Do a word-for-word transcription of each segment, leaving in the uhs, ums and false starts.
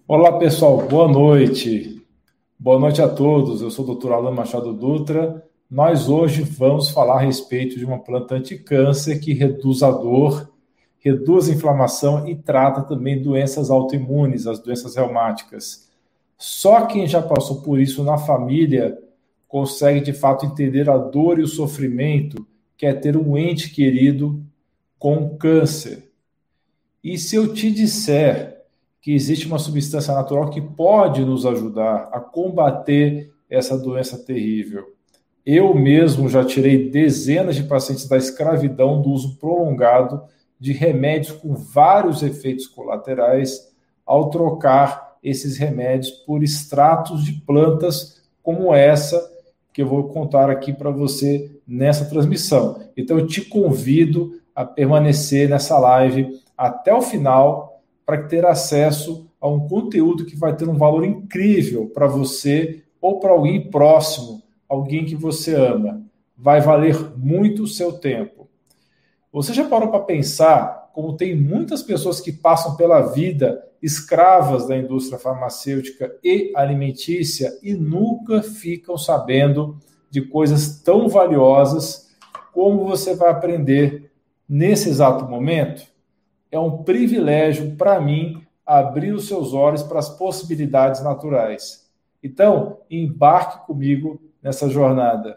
Olá, pessoal, boa noite. Boa noite a todos. Eu sou o doutor Alan Machado Dutra. Nós hoje vamos falar a respeito de uma planta anticâncer que reduz a dor, reduz a inflamação e trata também doenças autoimunes, as doenças reumáticas. Só quem já passou por isso na família consegue, de fato, entender a dor e o sofrimento que é ter um ente querido com câncer. E se eu te disser que existe uma substância natural que pode nos ajudar a combater essa doença terrível. Eu mesmo já tirei dezenas de pacientes da escravidão do uso prolongado de remédios com vários efeitos colaterais ao trocar esses remédios por extratos de plantas como essa que eu vou contar aqui para você nessa transmissão. Então eu te convido a permanecer nessa live até o final para ter acesso a um conteúdo que vai ter um valor incrível para você ou para alguém próximo, alguém que você ama. Vai valer muito o seu tempo. Você já parou para pensar como tem muitas pessoas que passam pela vida escravas da indústria farmacêutica e alimentícia e nunca ficam sabendo de coisas tão valiosas como você vai aprender nesse exato momento? É um privilégio para mim abrir os seus olhos para as possibilidades naturais. Então, embarque comigo nessa jornada.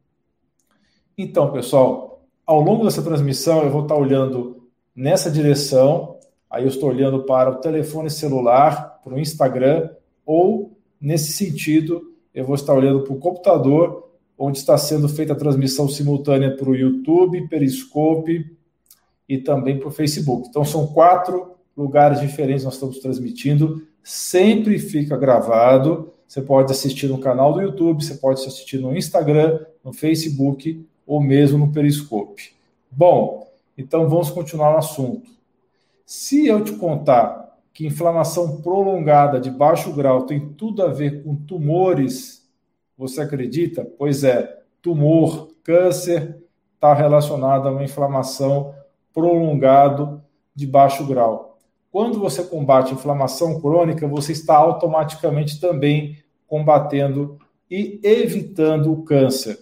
Então, pessoal, ao longo dessa transmissão eu vou estar olhando nessa direção, aí eu estou olhando para o telefone celular, para o Instagram, ou, nesse sentido, eu vou estar olhando para o computador, onde está sendo feita a transmissão simultânea para o YouTube, Periscope, e também para o Facebook. Então, são quatro lugares diferentes que nós estamos transmitindo. Sempre fica gravado. Você pode assistir no canal do YouTube, você pode assistir no Instagram, no Facebook ou mesmo no Periscope. Bom, então vamos continuar no assunto. Se eu te contar que inflamação prolongada de baixo grau tem tudo a ver com tumores, você acredita? Pois é, tumor, câncer, está relacionado a uma inflamação prolongado de baixo grau. Quando você combate a inflamação crônica, você está automaticamente também combatendo e evitando o câncer.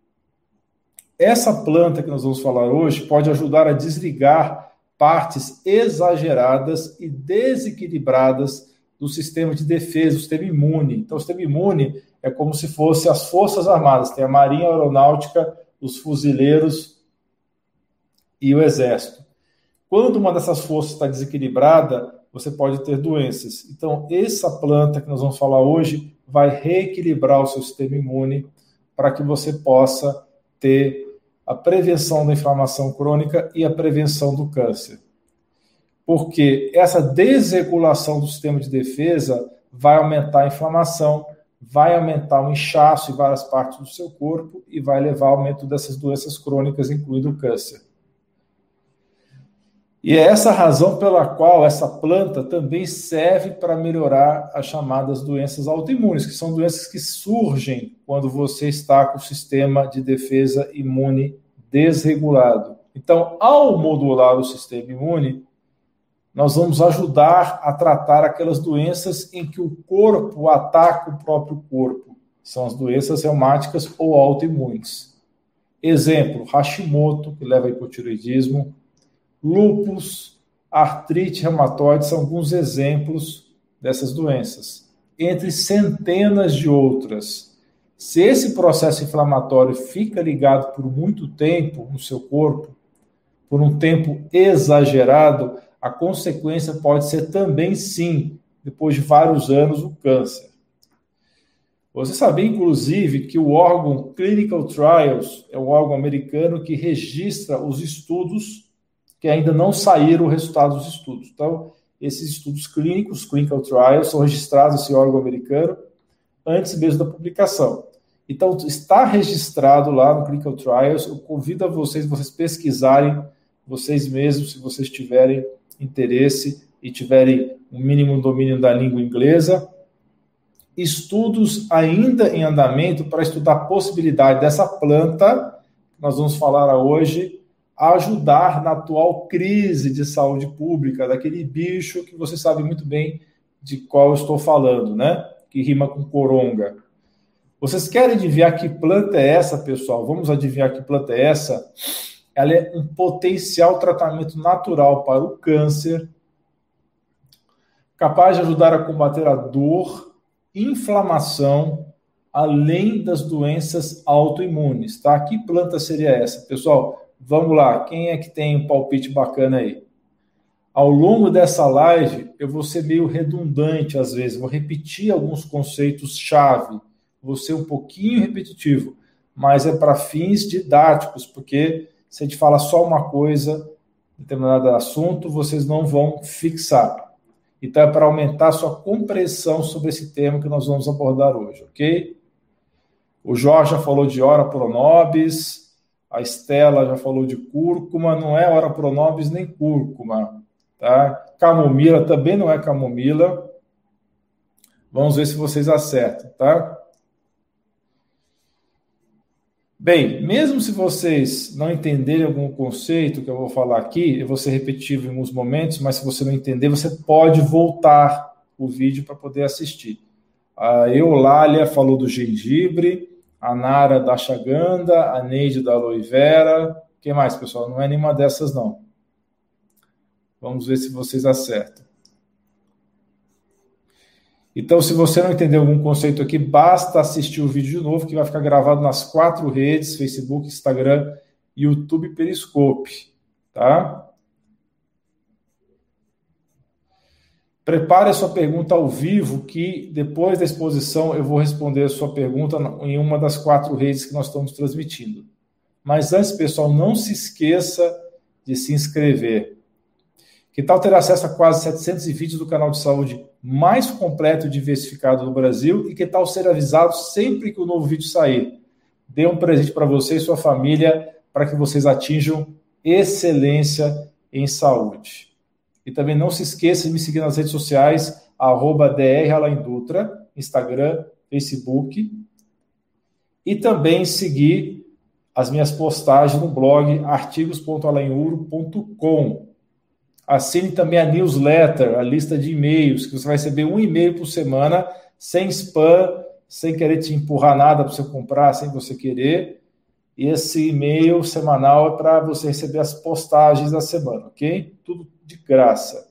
Essa planta que nós vamos falar hoje pode ajudar a desligar partes exageradas e desequilibradas do sistema de defesa, do sistema imune. Então, o sistema imune é como se fosse as Forças Armadas, tem a Marinha Aeronáutica, os fuzileiros e o exército. Quando uma dessas forças está desequilibrada, você pode ter doenças. Então, essa planta que nós vamos falar hoje vai reequilibrar o seu sistema imune para que você possa ter a prevenção da inflamação crônica e a prevenção do câncer. Porque essa desregulação do sistema de defesa vai aumentar a inflamação, vai aumentar o inchaço em várias partes do seu corpo e vai levar ao aumento dessas doenças crônicas, incluindo o câncer. E é essa a razão pela qual essa planta também serve para melhorar as chamadas doenças autoimunes, que são doenças que surgem quando você está com o sistema de defesa imune desregulado. Então, ao modular o sistema imune, nós vamos ajudar a tratar aquelas doenças em que o corpo ataca o próprio corpo. São as doenças reumáticas ou autoimunes. Exemplo, Hashimoto, que leva a hipotireoidismo, lúpus, artrite reumatoide são alguns exemplos dessas doenças, entre centenas de outras. Se esse processo inflamatório fica ligado por muito tempo no seu corpo, por um tempo exagerado, a consequência pode ser também, sim, depois de vários anos, o câncer. Você sabia, inclusive, que o órgão Clinical Trials é um órgão americano que registra os estudos que ainda não saíram o resultado dos estudos. Então, esses estudos clínicos, clinical trials, são registrados nesse órgão americano antes mesmo da publicação. Então, está registrado lá no clinical trials. Eu convido a vocês, vocês pesquisarem vocês mesmos, se vocês tiverem interesse e tiverem um mínimo domínio da língua inglesa. Estudos ainda em andamento para estudar a possibilidade dessa planta, que nós vamos falar hoje, a ajudar na atual crise de saúde pública, daquele bicho que você sabe muito bem de qual eu estou falando, né? Que rima com coronga. Vocês querem adivinhar que planta é essa, pessoal? Vamos adivinhar que planta é essa? Ela é um potencial tratamento natural para o câncer, capaz de ajudar a combater a dor, inflamação, além das doenças autoimunes, tá? Que planta seria essa? Pessoal, vamos lá. Quem é que tem um palpite bacana aí? Ao longo dessa live, eu vou ser meio redundante às vezes, vou repetir alguns conceitos-chave, vou ser um pouquinho repetitivo, mas é para fins didáticos, porque se a gente fala só uma coisa, determinado assunto, vocês não vão fixar. Então é para aumentar a sua compreensão sobre esse tema que nós vamos abordar hoje, ok? O Jorge já falou de ora pro nobis, a Estela já falou de cúrcuma, não é ora pro nobis nem cúrcuma. Tá? Camomila também não é camomila. Vamos ver se vocês acertam, tá? Bem, mesmo se vocês não entenderem algum conceito que eu vou falar aqui, eu vou ser repetitivo em alguns momentos, mas se você não entender, você pode voltar o vídeo para poder assistir. A Eulália falou do gengibre, a Nara da ashwagandha, a Neide da aloe vera. Quem mais, pessoal? Não é nenhuma dessas, não. Vamos ver se vocês acertam. Então, se você não entender algum conceito aqui, basta assistir o vídeo de novo, que vai ficar gravado nas quatro redes, Facebook, Instagram, YouTube e Periscope. Tá? Prepare a sua pergunta ao vivo, que depois da exposição eu vou responder a sua pergunta em uma das quatro redes que nós estamos transmitindo. Mas antes, pessoal, não se esqueça de se inscrever. Que tal ter acesso a quase setecentos vídeos do canal de saúde mais completo e diversificado do Brasil? E que tal ser avisado sempre que o novo vídeo sair? Dê um presente para você e sua família para que vocês atinjam excelência em saúde. E também não se esqueça de me seguir nas redes sociais, arroba dralaindutra, Instagram, Facebook. E também seguir as minhas postagens no blog artigos ponto alainuro ponto com. Assine também a newsletter, a lista de e-mails, que você vai receber um e-mail por semana, sem spam, sem querer te empurrar nada para você comprar, sem você querer. E esse e-mail semanal é para você receber as postagens da semana, ok? Tudo de graça.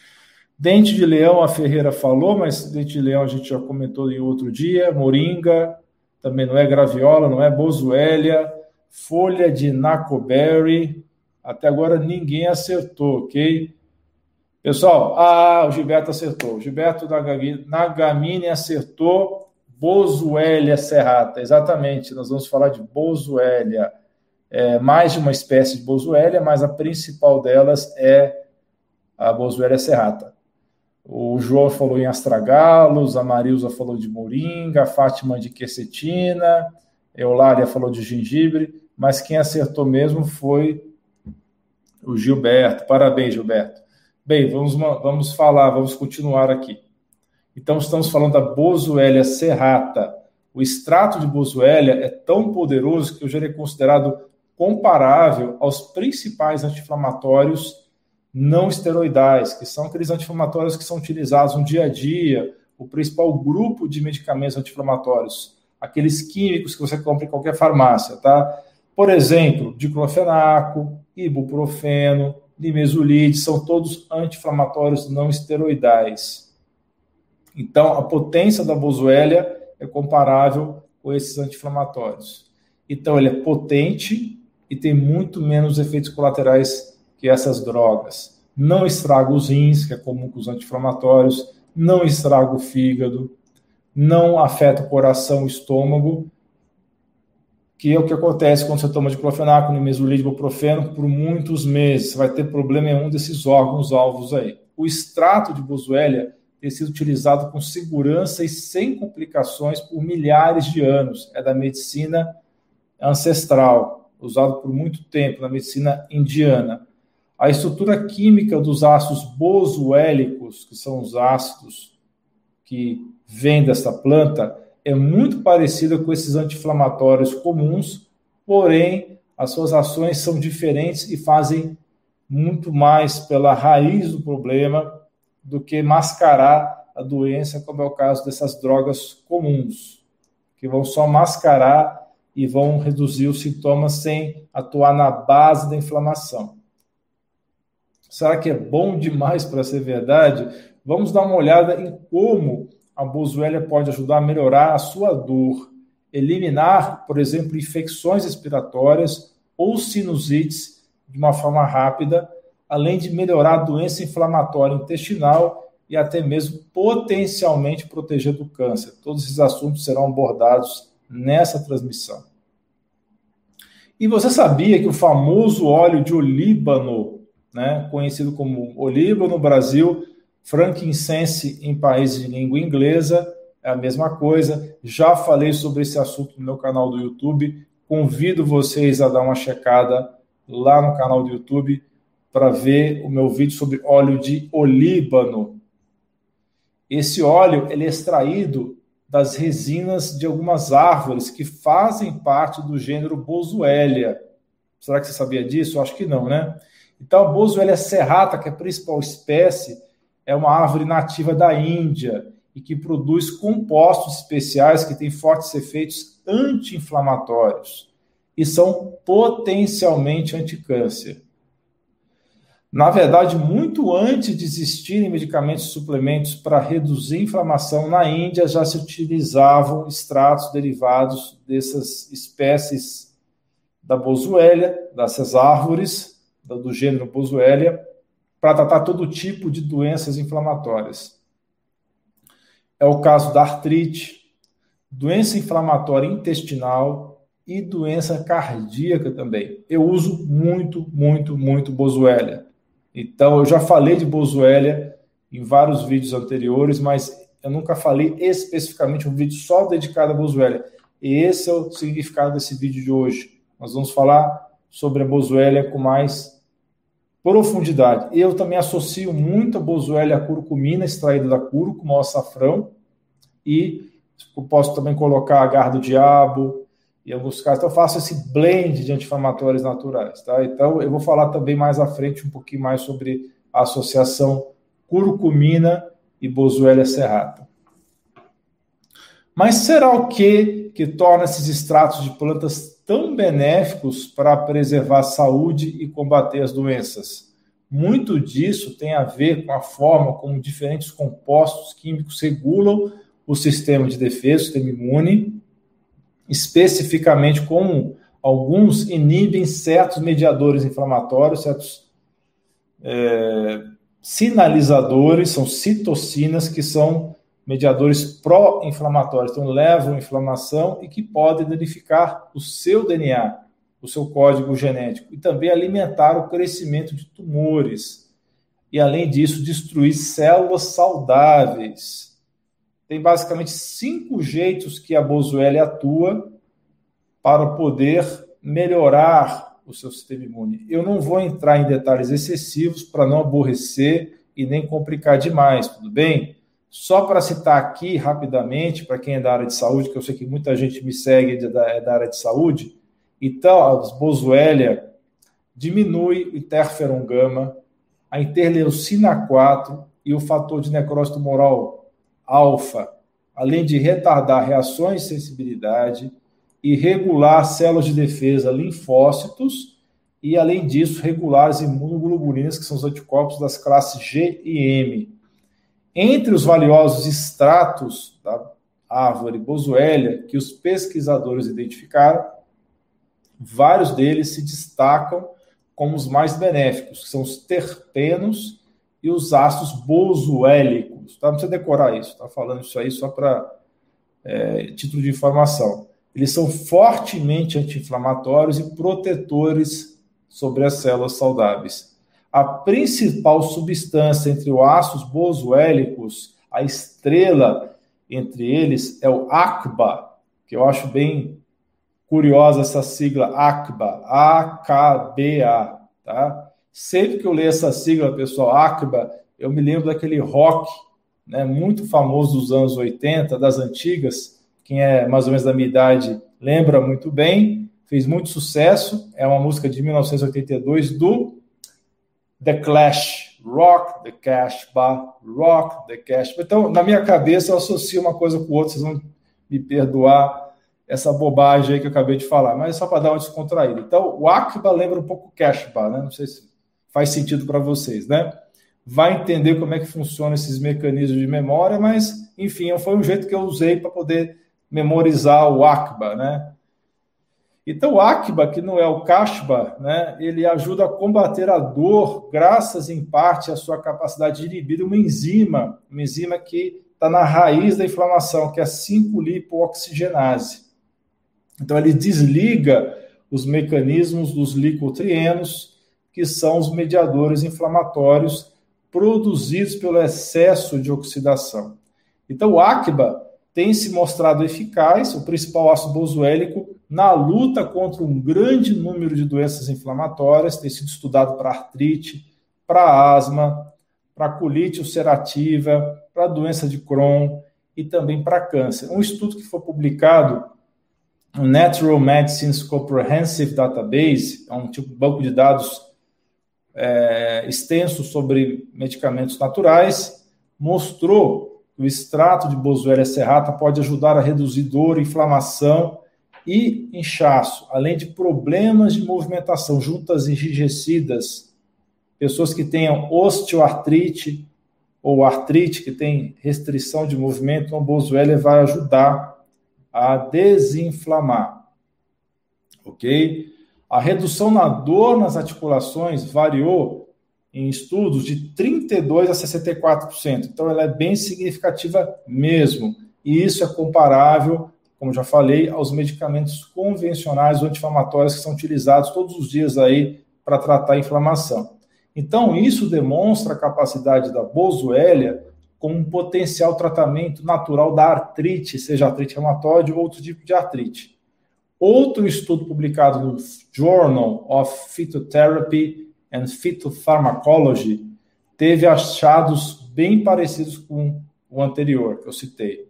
Dente de leão, a Ferreira falou, mas dente de leão a gente já comentou em outro dia. Moringa, também não é graviola, não é boswellia. Folha de nacoberry. Até agora ninguém acertou, ok? Pessoal, ah, o Gilberto acertou. O Gilberto Nagamini acertou. Boswellia serrata, exatamente. Nós vamos falar de boswellia. É mais de uma espécie de boswellia, mas a principal delas é a boswellia serrata. O João falou em astragalos, a Marilza falou de moringa, a Fátima de quercetina, a Eulália falou de gengibre, mas quem acertou mesmo foi o Gilberto. Parabéns, Gilberto. Bem, vamos, vamos falar, vamos continuar aqui. Então, estamos falando da boswellia serrata. O extrato de boswellia é tão poderoso que hoje ele é considerado comparável aos principais anti-inflamatórios não esteroidais, que são aqueles anti-inflamatórios que são utilizados no dia a dia, o principal grupo de medicamentos anti-inflamatórios, aqueles químicos que você compra em qualquer farmácia, tá? Por exemplo, diclofenaco, ibuprofeno, nimesulide, são todos anti-inflamatórios não esteroidais. Então, a potência da boswellia é comparável com esses anti-inflamatórios. Então, ele é potente e tem muito menos efeitos colaterais que essas drogas. Não estraga os rins, que é comum com os anti-inflamatórios, não estraga o fígado, não afeta o coração, o estômago, que é o que acontece quando você toma diclofenaco, nimesulide, ibuprofeno por muitos meses. Você vai ter problema em um desses órgãos alvos aí. O extrato de boswellia tem sido utilizado com segurança e sem complicações por milhares de anos. É da medicina ancestral, usado por muito tempo na medicina indiana. A estrutura química dos ácidos boswellicos, que são os ácidos que vêm dessa planta, é muito parecida com esses anti-inflamatórios comuns, porém, as suas ações são diferentes e fazem muito mais pela raiz do problema do que mascarar a doença, como é o caso dessas drogas comuns, que vão só mascarar e vão reduzir os sintomas sem atuar na base da inflamação. Será que é bom demais para ser verdade? Vamos dar uma olhada em como a boswellia pode ajudar a melhorar a sua dor, eliminar, por exemplo, infecções respiratórias ou sinusites de uma forma rápida, além de melhorar a doença inflamatória intestinal e até mesmo potencialmente proteger do câncer. Todos esses assuntos serão abordados nessa transmissão. E você sabia que o famoso óleo de olíbano, né, conhecido como olíbano no Brasil, frankincense em países de língua inglesa, é a mesma coisa. Já falei sobre esse assunto no meu canal do YouTube. Convido vocês a dar uma checada lá no canal do YouTube para ver o meu vídeo sobre óleo de olíbano. Esse óleo ele é extraído das resinas de algumas árvores que fazem parte do gênero Boswellia. Será que você sabia disso? Eu acho que não, né? Então, a Boswellia serrata, que é a principal espécie, é uma árvore nativa da Índia e que produz compostos especiais que têm fortes efeitos anti-inflamatórios e são potencialmente anticâncer. Na verdade, muito antes de existirem medicamentos e suplementos para reduzir a inflamação, na Índia já se utilizavam extratos derivados dessas espécies da Boswellia, dessas árvores do gênero Boswellia, para tratar todo tipo de doenças inflamatórias. É o caso da artrite, doença inflamatória intestinal e doença cardíaca também. Eu uso muito, muito, muito Boswellia. Então, eu já falei de Boswellia em vários vídeos anteriores, mas eu nunca falei especificamente um vídeo só dedicado a Boswellia. E esse é o significado desse vídeo de hoje. Nós vamos falar sobre a Boswellia com mais profundidade. Eu também associo muito a Boswellia à curcumina, extraída da cúrcuma, ao açafrão, e eu posso também colocar agar do diabo, em alguns casos. Então, eu faço esse blend de anti-inflamatórios naturais. Tá? Então, eu vou falar também mais à frente um pouquinho mais sobre a associação curcumina e Boswellia serrata. Mas será o que que torna esses extratos de plantas tão benéficos para preservar a saúde e combater as doenças? Muito disso tem a ver com a forma como diferentes compostos químicos regulam o sistema de defesa, o sistema imune, especificamente como alguns inibem certos mediadores inflamatórios, certos é, sinalizadores, são citocinas, que são mediadores pró-inflamatórios, então levam inflamação e que podem danificar o seu D N A, o seu código genético, e também alimentar o crescimento de tumores. E, além disso, destruir células saudáveis. Tem basicamente cinco jeitos que a Boswellia atua para poder melhorar o seu sistema imune. Eu não vou entrar em detalhes excessivos para não aborrecer e nem complicar demais, tudo bem? Só para citar aqui rapidamente, para quem é da área de saúde, que eu sei que muita gente me segue da, é da área de saúde, então a Boswellia diminui o interferon gama, a interleucina quatro e o fator de necrose tumoral alfa, além de retardar reações de sensibilidade e regular células de defesa, linfócitos, e, além disso, regular as imunoglobulinas, que são os anticorpos das classes G e M. Entre os valiosos extratos da árvore Boswellia que os pesquisadores identificaram, vários deles se destacam como os mais benéficos, que são os terpenos e os ácidos boswellicos. Tá? Não precisa decorar isso, tá falando isso aí só para é, título de informação. Eles são fortemente anti-inflamatórios e protetores sobre as células saudáveis. A principal substância entre os ácidos boswellicos, a estrela entre eles, é o A C B A, que eu acho bem curiosa essa sigla A C B A, A K B A, tá? Sempre que eu leio essa sigla, pessoal, A C B A, eu me lembro daquele rock, né, muito famoso dos anos oitenta, das antigas. Quem é mais ou menos da minha idade lembra muito bem, fez muito sucesso, é uma música de mil novecentos e oitenta e dois do The Clash, rock the Casbah, rock the Casbah. Então, na minha cabeça, eu associo uma coisa com outra, vocês vão me perdoar essa bobagem aí que eu acabei de falar, mas é só para dar uma descontraída. Então, o Aqba lembra um pouco o Casbah, né? Não sei se faz sentido para vocês, né? Vai entender como é que funcionam esses mecanismos de memória, mas, enfim, foi um jeito que eu usei para poder memorizar o Aqba, né? Então, o Aqba, que não é o Casbah, né, ele ajuda a combater a dor, graças, em parte, à sua capacidade de inibir uma enzima, uma enzima que está na raiz da inflamação, que é a cinco lipo-oxigenase. Então, ele desliga os mecanismos dos licotrienos, que são os mediadores inflamatórios produzidos pelo excesso de oxidação. Então, o Aqba tem se mostrado eficaz, o principal ácido boswellico, na luta contra um grande número de doenças inflamatórias, tem sido estudado para artrite, para asma, para colite ulcerativa, para doença de Crohn e também para câncer. Um estudo que foi publicado no Natural Medicine's Comprehensive Database, é um tipo de banco de dados é, extenso sobre medicamentos naturais, mostrou que o extrato de Boswellia serrata pode ajudar a reduzir dor, inflamação e inchaço, além de problemas de movimentação, juntas enrijecidas, pessoas que tenham osteoartrite ou artrite, que tem restrição de movimento, então o Boswellia vai ajudar a desinflamar, ok? A redução na dor nas articulações variou em estudos de trinta e dois por cento a sessenta e quatro por cento, então ela é bem significativa mesmo, e isso é comparável, como já falei, aos medicamentos convencionais ou anti-inflamatórios que são utilizados todos os dias aí para tratar a inflamação. Então, isso demonstra a capacidade da Boswellia como um potencial tratamento natural da artrite, seja artrite reumatoide ou outro tipo de artrite. Outro estudo publicado no Journal of Phytotherapy and Phytopharmacology teve achados bem parecidos com o anterior, que eu citei.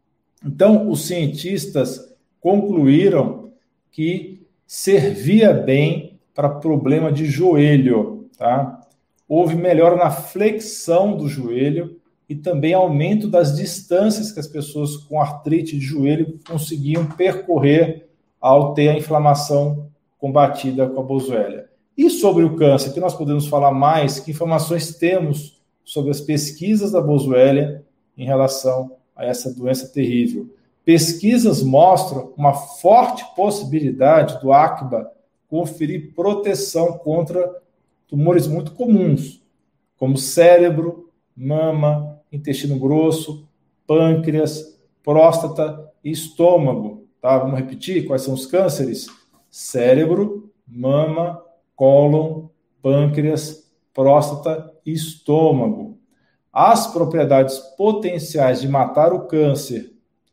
Então, os cientistas concluíram que servia bem para problema de joelho, tá? Houve melhora na flexão do joelho e também aumento das distâncias que as pessoas com artrite de joelho conseguiam percorrer ao ter a inflamação combatida com a Boswellia. E sobre o câncer, que nós podemos falar mais, que informações temos sobre as pesquisas da Boswellia em relação a essa doença terrível? Pesquisas mostram uma forte possibilidade do Aqba conferir proteção contra tumores muito comuns, como cérebro, mama, intestino grosso, pâncreas, próstata e estômago. Tá? Vamos repetir quais são os cânceres? Cérebro, mama, cólon, pâncreas, próstata e estômago. As propriedades potenciais de matar o câncer,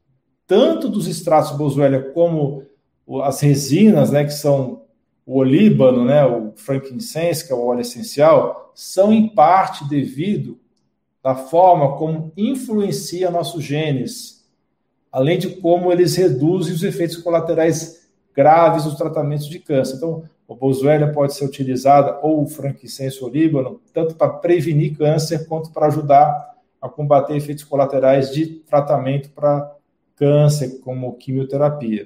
tanto dos extratos Boswellia como as resinas, né, que são o olíbano, né, o frankincense, que é o óleo essencial, são em parte devido da forma como influencia nossos genes, além de como eles reduzem os efeitos colaterais graves dos tratamentos de câncer. Então, o Boswellia pode ser utilizada, ou o frankincense olíbano, tanto para prevenir câncer, quanto para ajudar a combater efeitos colaterais de tratamento para câncer, como quimioterapia.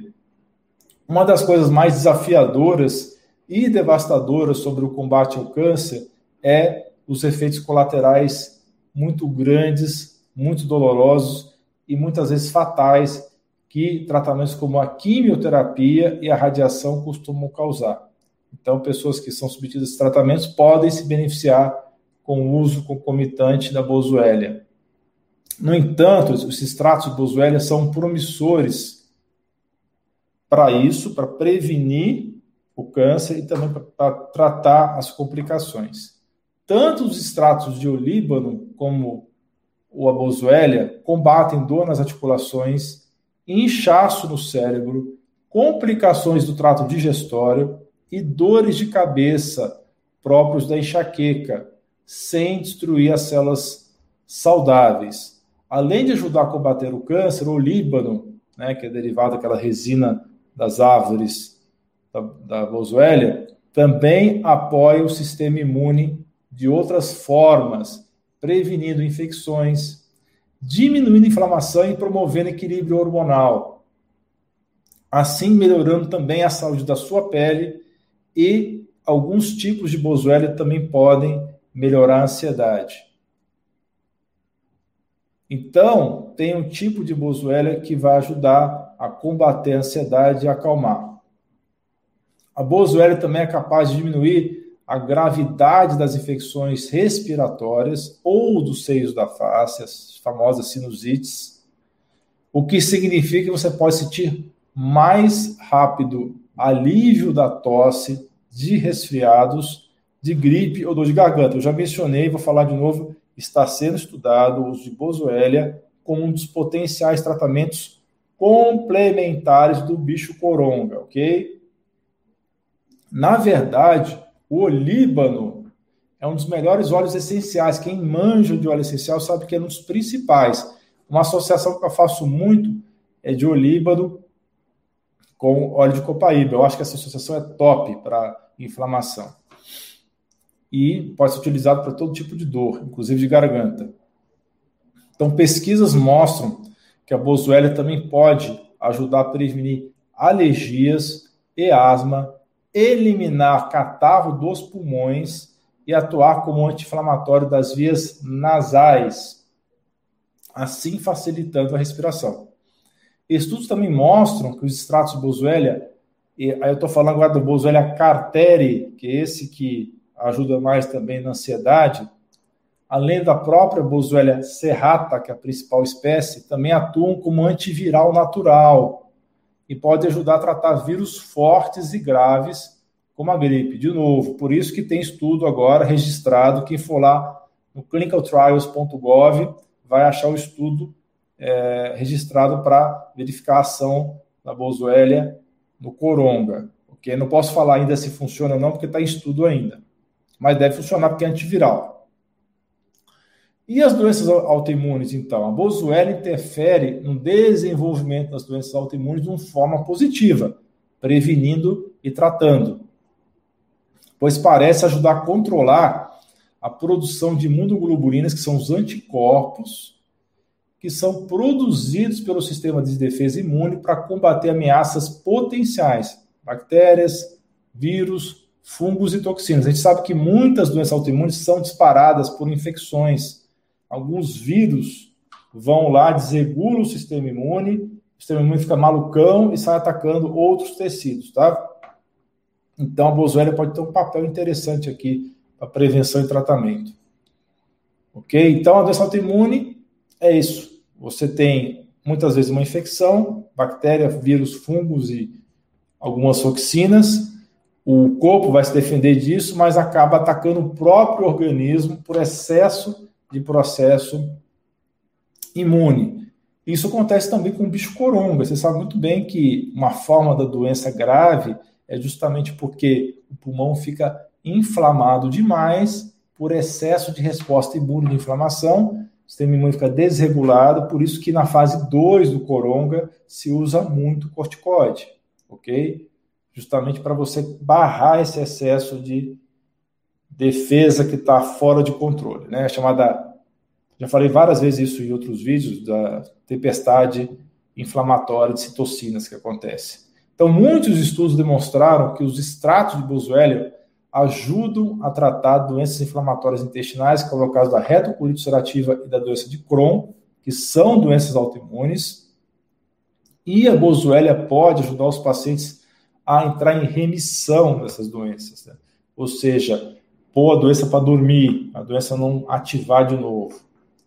Uma das coisas mais desafiadoras e devastadoras sobre o combate ao câncer é os efeitos colaterais muito grandes, muito dolorosos e muitas vezes fatais que tratamentos como a quimioterapia e a radiação costumam causar. Então, pessoas que são submetidas a esses tratamentos podem se beneficiar com o uso concomitante da Boswellia. No entanto, os extratos de Boswellia são promissores para isso, para prevenir o câncer e também para tratar as complicações. Tanto os extratos de olíbano como a Boswellia combatem dor nas articulações, inchaço no cérebro, complicações do trato digestório e dores de cabeça próprios da enxaqueca, sem destruir as células saudáveis. Além de ajudar a combater o câncer, o olíbano, né, que é derivado daquela resina das árvores da, da Boswellia, também apoia o sistema imune de outras formas, prevenindo infecções, diminuindo a inflamação e promovendo equilíbrio hormonal. Assim, melhorando também a saúde da sua pele, e alguns tipos de boswellia também podem melhorar a ansiedade. Então, tem um tipo de boswellia que vai ajudar a combater a ansiedade e acalmar. A boswellia também é capaz de diminuir a gravidade das infecções respiratórias ou dos seios da face, as famosas sinusites, o que significa que você pode sentir mais rápido alívio da tosse, de resfriados, de gripe ou dor de garganta. Eu já mencionei, vou falar de novo, está sendo estudado o uso de boswellia como um dos potenciais tratamentos complementares do bicho coronga, ok? Na verdade, o olíbano é um dos melhores óleos essenciais. Quem manja de óleo essencial sabe que é um dos principais. Uma associação que eu faço muito é de olíbano com óleo de copaíba. Eu acho que essa associação é top para inflamação. E pode ser utilizado para todo tipo de dor, inclusive de garganta. Então, pesquisas mostram que a boswellia também pode ajudar a prevenir alergias e asma, eliminar catarro dos pulmões e atuar como anti-inflamatório das vias nasais, assim facilitando a respiração. Estudos também mostram que os extratos de boswellia, e aí eu estou falando agora do boswellia carteri, que é esse que ajuda mais também na ansiedade, além da própria boswellia serrata, que é a principal espécie, também atuam como antiviral natural e pode ajudar a tratar vírus fortes e graves, como a gripe. De novo, por isso que tem estudo agora registrado, quem for lá no clinical trials ponto gov vai achar o estudo é, registrado para verificar a ação da boswellia no coronga. Okay? Não posso falar ainda se funciona ou não, porque está em estudo ainda. Mas deve funcionar porque é antiviral. E as doenças autoimunes, então? A boswellia interfere no desenvolvimento das doenças autoimunes de uma forma positiva, prevenindo e tratando, pois parece ajudar a controlar a produção de imunoglobulinas, que são os anticorpos, que são produzidos pelo sistema de defesa imune para combater ameaças potenciais, bactérias, vírus, fungos e toxinas. A gente sabe que muitas doenças autoimunes são disparadas por infecções. Alguns vírus vão lá, desregulam o sistema imune, o sistema imune fica malucão e sai atacando outros tecidos, tá? Então, a boswellia pode ter um papel interessante aqui para prevenção e tratamento. Ok? Então, a doença autoimune é isso. Você tem, muitas vezes, uma infecção, bactéria, vírus, fungos e algumas toxinas. O corpo vai se defender disso, mas acaba atacando o próprio organismo por excesso de processo imune. Isso acontece também com o bicho coronga. Você sabe muito bem que uma forma da doença grave é justamente porque o pulmão fica inflamado demais por excesso de resposta imune de inflamação, o sistema imune fica desregulado, por isso que na fase dois do coronga se usa muito corticoide, ok? Justamente para você barrar esse excesso de defesa que está fora de controle, né? A chamada, já falei várias vezes isso em outros vídeos, da tempestade inflamatória de citocinas que acontece. Então, muitos estudos demonstraram que os extratos de boswellia ajudam a tratar doenças inflamatórias intestinais, como é o caso da retocolite ulcerativa e da doença de Crohn, que são doenças autoimunes. E a boswellia pode ajudar os pacientes a entrar em remissão dessas doenças, né? Ou seja, pôr a doença para dormir, a doença não ativar de novo.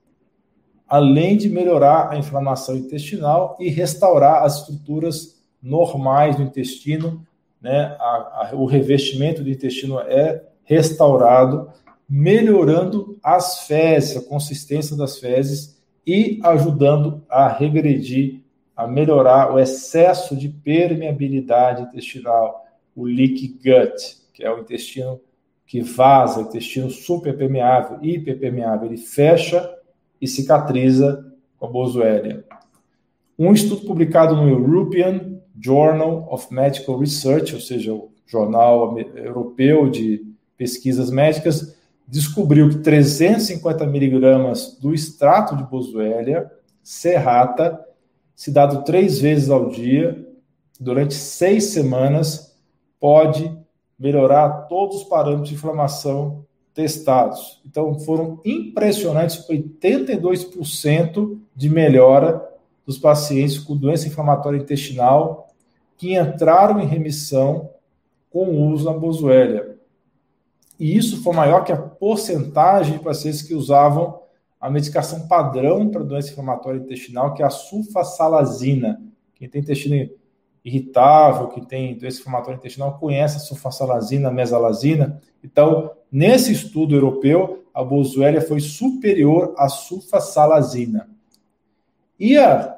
Além de melhorar a inflamação intestinal e restaurar as estruturas normais do intestino, né? A, a, o revestimento do intestino é restaurado, melhorando as fezes, a consistência das fezes e ajudando a regredir, a melhorar o excesso de permeabilidade intestinal, o leaky gut, que é o intestino que vaza, o intestino superpermeável, hiperpermeável, ele fecha e cicatriza com a boswellia. Um estudo publicado no European Journal of Medical Research, ou seja, o jornal europeu de pesquisas médicas, descobriu que trezentos e cinquenta miligramas do extrato de boswellia serrata, se dado três vezes ao dia, durante seis semanas, pode melhorar todos os parâmetros de inflamação testados. Então, foram impressionantes, oitenta e dois por cento de melhora dos pacientes com doença inflamatória intestinal que entraram em remissão com o uso da boswellia. E isso foi maior que a porcentagem de pacientes que usavam a medicação padrão para doença inflamatória intestinal, que é a sulfasalazina. Quem tem intestino irritável, que tem doença inflamatória intestinal, conhece a sulfasalazina, a mesalazina. Então, nesse estudo europeu, a boswellia foi superior à sulfasalazina. E a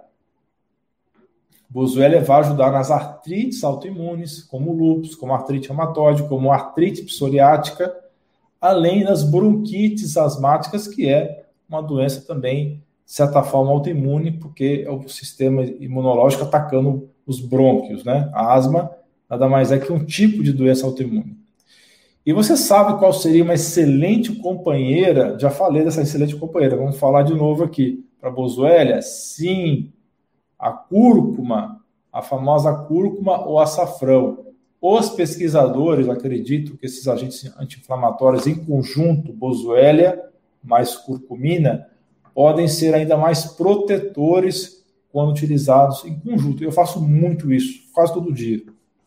boswellia vai ajudar nas artrites autoimunes, como o lúpus, como a artrite reumatoide, como a artrite psoriática, além das bronquites asmáticas, que é uma doença também, de certa forma, autoimune, porque é o sistema imunológico atacando os brônquios, né? A asma nada mais é que um tipo de doença autoimune. E você sabe qual seria uma excelente companheira? Já falei dessa excelente companheira, vamos falar de novo aqui. Para boswellia, sim, a cúrcuma, a famosa cúrcuma ou açafrão. Os pesquisadores acreditam que esses agentes anti-inflamatórios em conjunto, boswellia mais curcumina, podem ser ainda mais protetores quando utilizados em conjunto. Eu faço muito isso, quase todo dia.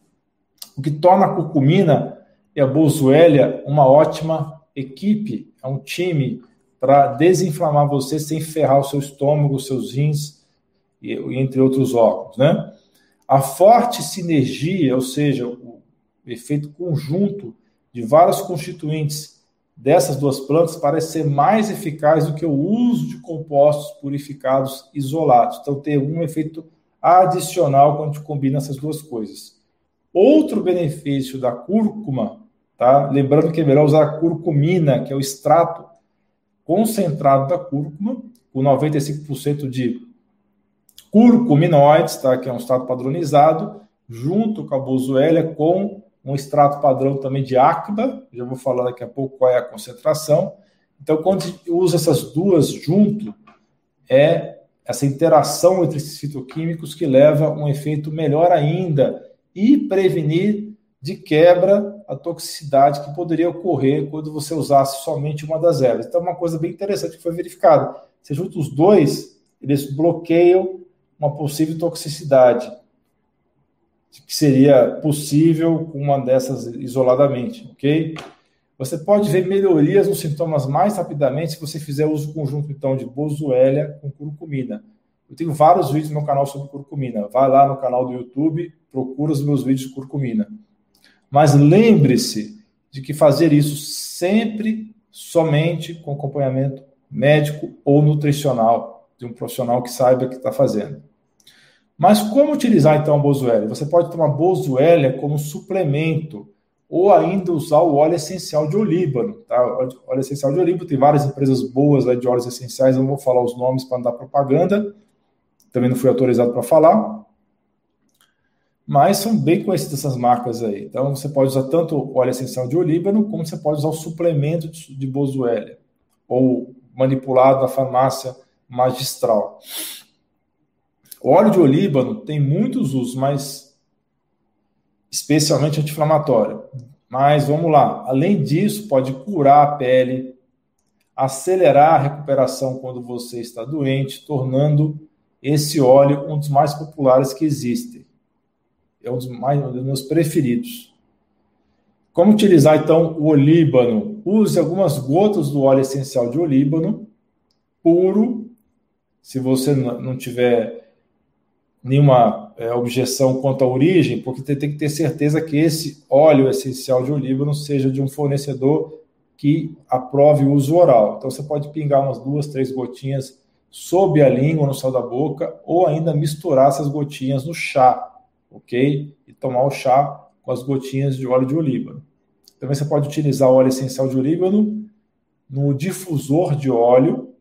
O que torna a curcumina e a boswellia uma ótima equipe, é um time para desinflamar você sem ferrar o seu estômago, os seus rins, e, entre outros órgãos, né? A forte sinergia, ou seja, o efeito conjunto de vários constituintes dessas duas plantas parece ser mais eficaz do que o uso de compostos purificados isolados. Então, tem um efeito adicional quando a gente combina essas duas coisas. Outro benefício da cúrcuma, tá? Lembrando que é melhor usar a curcumina, que é o extrato concentrado da cúrcuma, com noventa e cinco por cento de curcuminoides, tá? Que é um extrato padronizado, junto com a boswellia, com um extrato padrão também de acba, já vou falar daqui a pouco qual é a concentração. Então, quando a gente usa essas duas junto, é essa interação entre esses fitoquímicos que leva a um efeito melhor ainda e prevenir de quebra a toxicidade que poderia ocorrer quando você usasse somente uma das ervas. Então, uma coisa bem interessante que foi verificada. Você junta os dois, eles bloqueiam uma possível toxicidade, que seria possível com uma dessas isoladamente, ok? Você pode ver melhorias nos sintomas mais rapidamente se você fizer uso conjunto, então, de boswellia com curcumina. Eu tenho vários vídeos no meu canal sobre curcumina. Vai lá no canal do YouTube, procura os meus vídeos de curcumina. Mas lembre-se de que fazer isso sempre, somente com acompanhamento médico ou nutricional, de um profissional que saiba o que está fazendo. Mas como utilizar, então, a boswellia? Você pode tomar boswellia como suplemento ou ainda usar o óleo essencial de olíbano. Tá? O óleo essencial de olíbano, tem várias empresas boas aí de óleos essenciais, eu não vou falar os nomes para não dar propaganda, também não fui autorizado para falar, mas são bem conhecidas essas marcas aí. Então, você pode usar tanto o óleo essencial de olíbano, como você pode usar o suplemento de boswellia, ou manipulado na farmácia magistral. O óleo de olíbano tem muitos usos, mas especialmente anti-inflamatório. Mas vamos lá, além disso, pode curar a pele, acelerar a recuperação quando você está doente, tornando esse óleo um dos mais populares que existem. É um dos, mais, um dos meus preferidos. Como utilizar, então, o olíbano? Use algumas gotas do óleo essencial de olíbano, puro, se você não tiver nenhuma é, objeção quanto à origem, porque você tem que ter certeza que esse óleo essencial de olíbano seja de um fornecedor que aprove o uso oral. Então, você pode pingar umas duas, três gotinhas sob a língua, no céu da boca, ou ainda misturar essas gotinhas no chá, ok? E tomar o chá com as gotinhas de óleo de olíbano. Também você pode utilizar o óleo essencial de olíbano no difusor de óleo,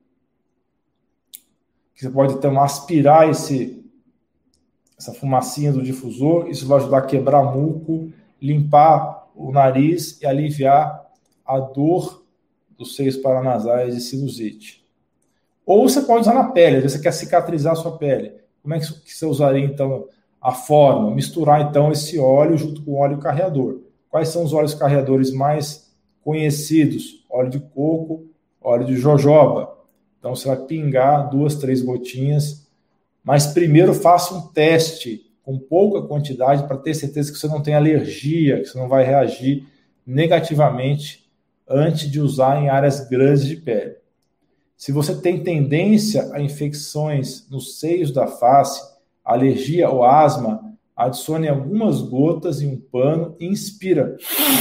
que você pode então aspirar esse essa fumacinha do difusor, isso vai ajudar a quebrar muco, limpar o nariz e aliviar a dor dos seios paranasais de sinusite. Ou você pode usar na pele, às vezes você quer cicatrizar a sua pele. Como é que você usaria, então, a forma? Misturar, então, esse óleo junto com o óleo carreador. Quais são os óleos carreadores mais conhecidos? Óleo de coco, óleo de jojoba. Então, você vai pingar duas, três gotinhas. Mas primeiro faça um teste com pouca quantidade para ter certeza que você não tem alergia, que você não vai reagir negativamente antes de usar em áreas grandes de pele. Se você tem tendência a infecções nos seios da face, alergia ou asma, adicione algumas gotas em um pano e inspira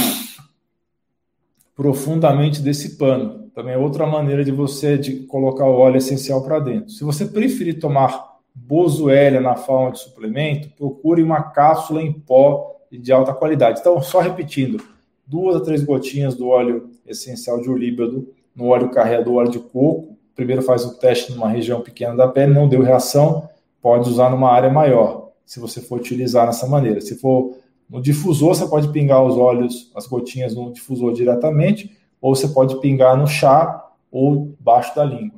profundamente desse pano. Também é outra maneira de você de colocar o óleo essencial para dentro. Se você preferir tomar Boswellia na forma de suplemento, procure uma cápsula em pó de alta qualidade. Então, só repetindo, duas a três gotinhas do óleo essencial de olíbado no óleo carreador, óleo de coco. Primeiro faz o teste numa região pequena da pele, não deu reação, pode usar numa área maior, se você for utilizar dessa maneira. Se for no difusor, você pode pingar os óleos, as gotinhas no difusor diretamente, ou você pode pingar no chá ou baixo da língua.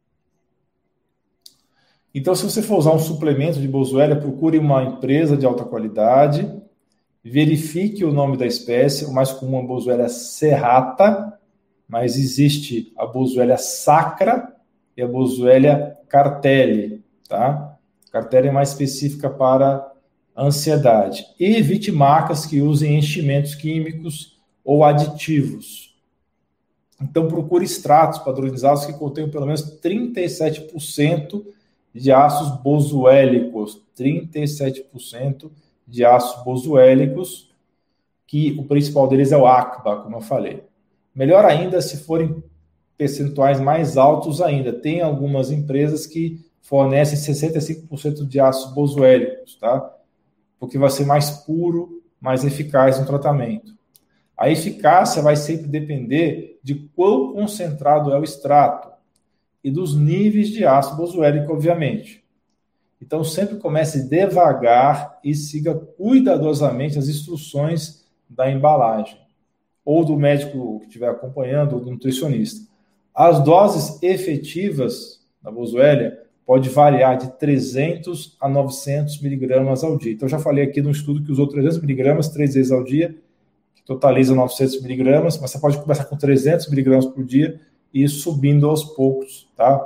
Então, se você for usar um suplemento de Boswellia, procure uma empresa de alta qualidade, verifique o nome da espécie. O mais comum é a Boswellia serrata, mas existe a Boswellia sacra e a Boswellia cartelli, tá? Cartelli é mais específica para ansiedade. E evite marcas que usem enchimentos químicos ou aditivos. Então, procure extratos padronizados que contenham pelo menos trinta e sete por cento de ácidos boswellicos, trinta e sete por cento de ácidos boswellicos, que o principal deles é o A C B A, como eu falei. Melhor ainda se forem percentuais mais altos ainda. Tem algumas empresas que fornecem sessenta e cinco por cento de ácidos boswellicos, tá? Porque vai ser mais puro, mais eficaz no tratamento. A eficácia vai sempre depender de quão concentrado é o extrato e dos níveis de ácido boswellico, obviamente. Então, sempre comece devagar e siga cuidadosamente as instruções da embalagem, ou do médico que estiver acompanhando, ou do nutricionista. As doses efetivas da Boswellia pode variar de trezentos a novecentos miligramas ao dia. Então, eu já falei aqui no estudo que usou trezentos miligramas três vezes ao dia, que totaliza novecentos miligramas, mas você pode começar com trezentos miligramas por dia e ir subindo aos poucos, tá?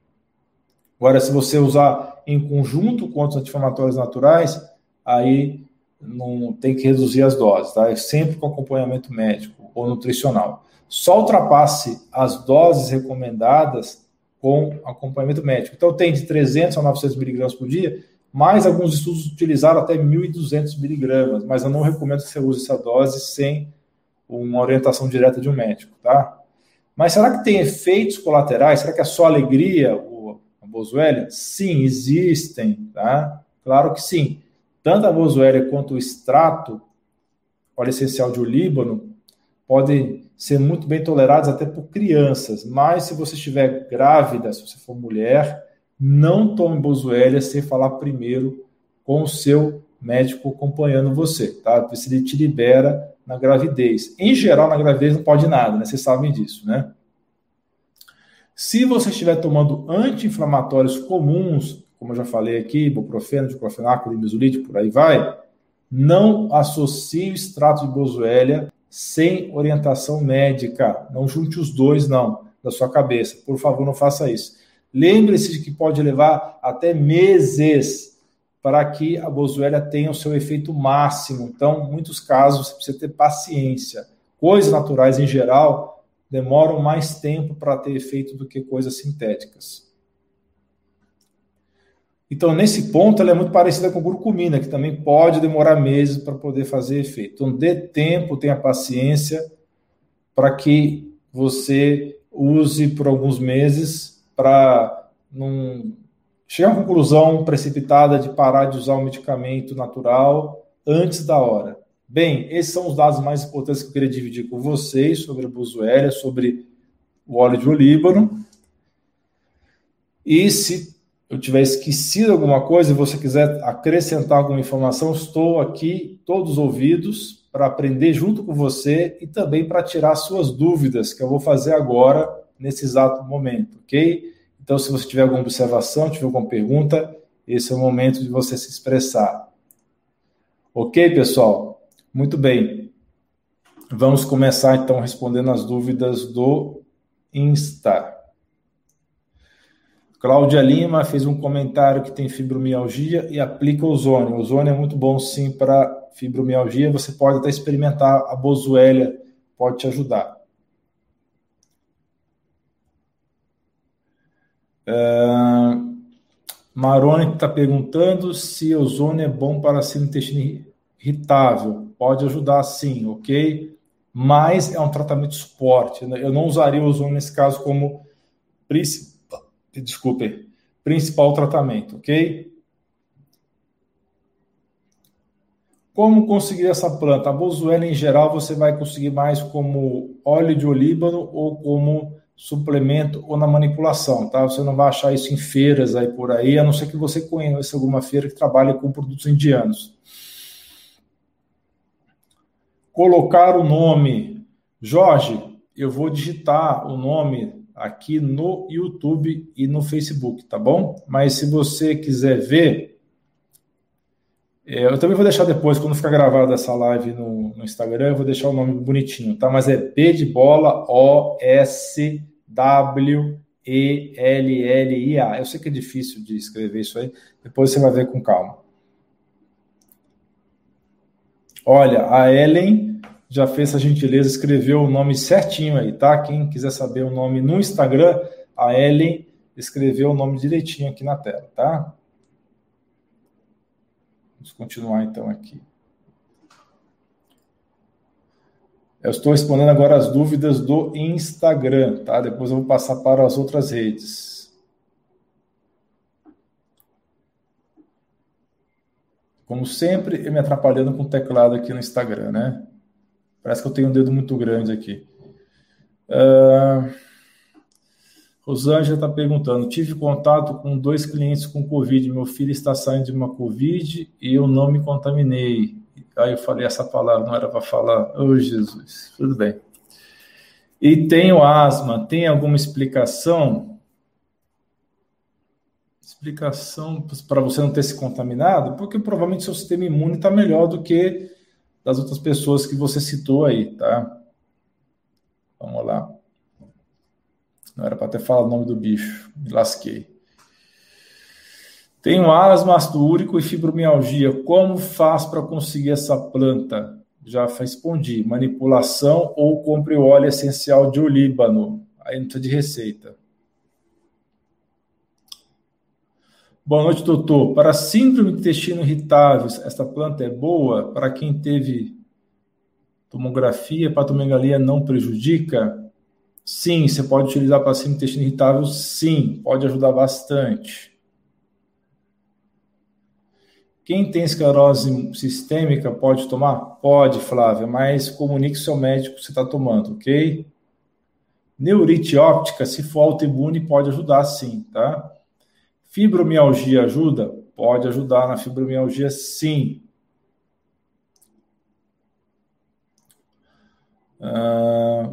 Agora, se você usar em conjunto com outros anti-inflamatórios naturais, aí não tem que reduzir as doses, tá? É sempre com acompanhamento médico ou nutricional. Só ultrapasse as doses recomendadas com acompanhamento médico. Então, tem de trezentos a novecentos miligramas por dia, mas alguns estudos utilizaram até mil e duzentos miligramas, mas eu não recomendo que você use essa dose sem uma orientação direta de um médico, tá? Mas será que tem efeitos colaterais? Será que é só alegria, o, a Boswellia? Sim, existem, tá? Claro que sim. Tanto a Boswellia quanto o extrato, óleo essencial de olíbano, podem ser muito bem tolerados até por crianças. Mas se você estiver grávida, se você for mulher, não tome Boswellia sem falar primeiro com o seu médico acompanhando você, tá? Se ele te libera na gravidez. Em geral, na gravidez não pode nada, né? Vocês sabem disso, né? Se você estiver tomando anti-inflamatórios comuns, como eu já falei aqui, ibuprofeno, diclofenaco, linezolide, por aí vai, não associe o extrato de Boswellia sem orientação médica. Não junte os dois, não, da sua cabeça. Por favor, não faça isso. Lembre-se de que pode levar até meses para que a Boswellia tenha o seu efeito máximo. Então, em muitos casos, você precisa ter paciência. Coisas naturais, em geral, demoram mais tempo para ter efeito do que coisas sintéticas. Então, nesse ponto, ela é muito parecida com a curcumina, que também pode demorar meses para poder fazer efeito. Então, dê tempo, tenha paciência para que você use por alguns meses para não chegar a uma conclusão precipitada de parar de usar o medicamento natural antes da hora. Bem, esses são os dados mais importantes que eu queria dividir com vocês sobre a Boswellia, sobre o óleo de olíbano. E se eu tiver esquecido alguma coisa e você quiser acrescentar alguma informação, estou aqui, todos os ouvidos, para aprender junto com você e também para tirar suas dúvidas, que eu vou fazer agora, nesse exato momento, ok? Então, se você tiver alguma observação, tiver alguma pergunta, esse é o momento de você se expressar. Ok, pessoal? Muito bem. Vamos começar, então, respondendo as dúvidas do Insta. Cláudia Lima fez um comentário que tem fibromialgia e aplica ozônio. O ozônio é muito bom, sim, para fibromialgia. Você pode até experimentar a Boswellia, pode te ajudar. Uh, Maroni está perguntando se ozônio é bom para ser intestino irritável. Pode ajudar, sim, ok? Mas é um tratamento de suporte. Eu não usaria o ozônio nesse caso como principal. Desculpe, principal tratamento, ok? Como conseguir essa planta? A Boswellia, em geral, você vai conseguir mais como óleo de olíbano ou como suplemento ou na manipulação, tá? Você não vai achar isso em feiras aí por aí, a não ser que você conheça alguma feira que trabalhe com produtos indianos. Colocar o nome. Jorge, eu vou digitar o nome aqui no YouTube e no Facebook, tá bom? Mas se você quiser ver, eu também vou deixar depois, quando ficar gravada essa live no, no Instagram, eu vou deixar o nome bonitinho, tá? Mas é B de bola, O, S, W, E, L, L, I, A. Eu sei que é difícil de escrever isso aí, depois você vai ver com calma. Olha, a Ellen já fez essa gentileza, escreveu o nome certinho aí, tá? Quem quiser saber o nome no Instagram, a Ellen escreveu o nome direitinho aqui na tela, tá? Vamos continuar então aqui. Eu estou respondendo agora as dúvidas do Instagram, tá? Depois eu vou passar para as outras redes. Como sempre, eu me atrapalhando com o teclado aqui no Instagram, né? Parece que eu tenho um dedo muito grande aqui. Uh... Rosângela está perguntando, tive contato com dois clientes com Covid, meu filho está saindo de uma Covid e eu não me contaminei. Aí eu falei essa palavra, não era para falar. Oh, Jesus, tudo bem. E tenho asma, tem alguma explicação? Explicação para você não ter se contaminado? Porque provavelmente seu sistema imune está melhor do que das outras pessoas que você citou aí, tá? Vamos lá. Não era para ter falado o nome do bicho, me lasquei. Tenho asma, ácido úrico e fibromialgia. Como faz para conseguir essa planta? Já respondi. Manipulação ou compre o óleo essencial de olíbano. Aí não precisa de receita. Boa noite, doutor. Para síndrome de intestino irritável, essa planta é boa? Para quem teve tomografia, hepatomegalia não prejudica? Sim, você pode utilizar para síndrome de intestino irritável, sim, pode ajudar bastante. Quem tem esclerose sistêmica pode tomar? Pode, Flávia, mas comunique seu médico que você está tomando, ok? Neurite óptica, se for autoimune, pode ajudar sim, tá? Fibromialgia ajuda? Pode ajudar na fibromialgia, sim. Ah...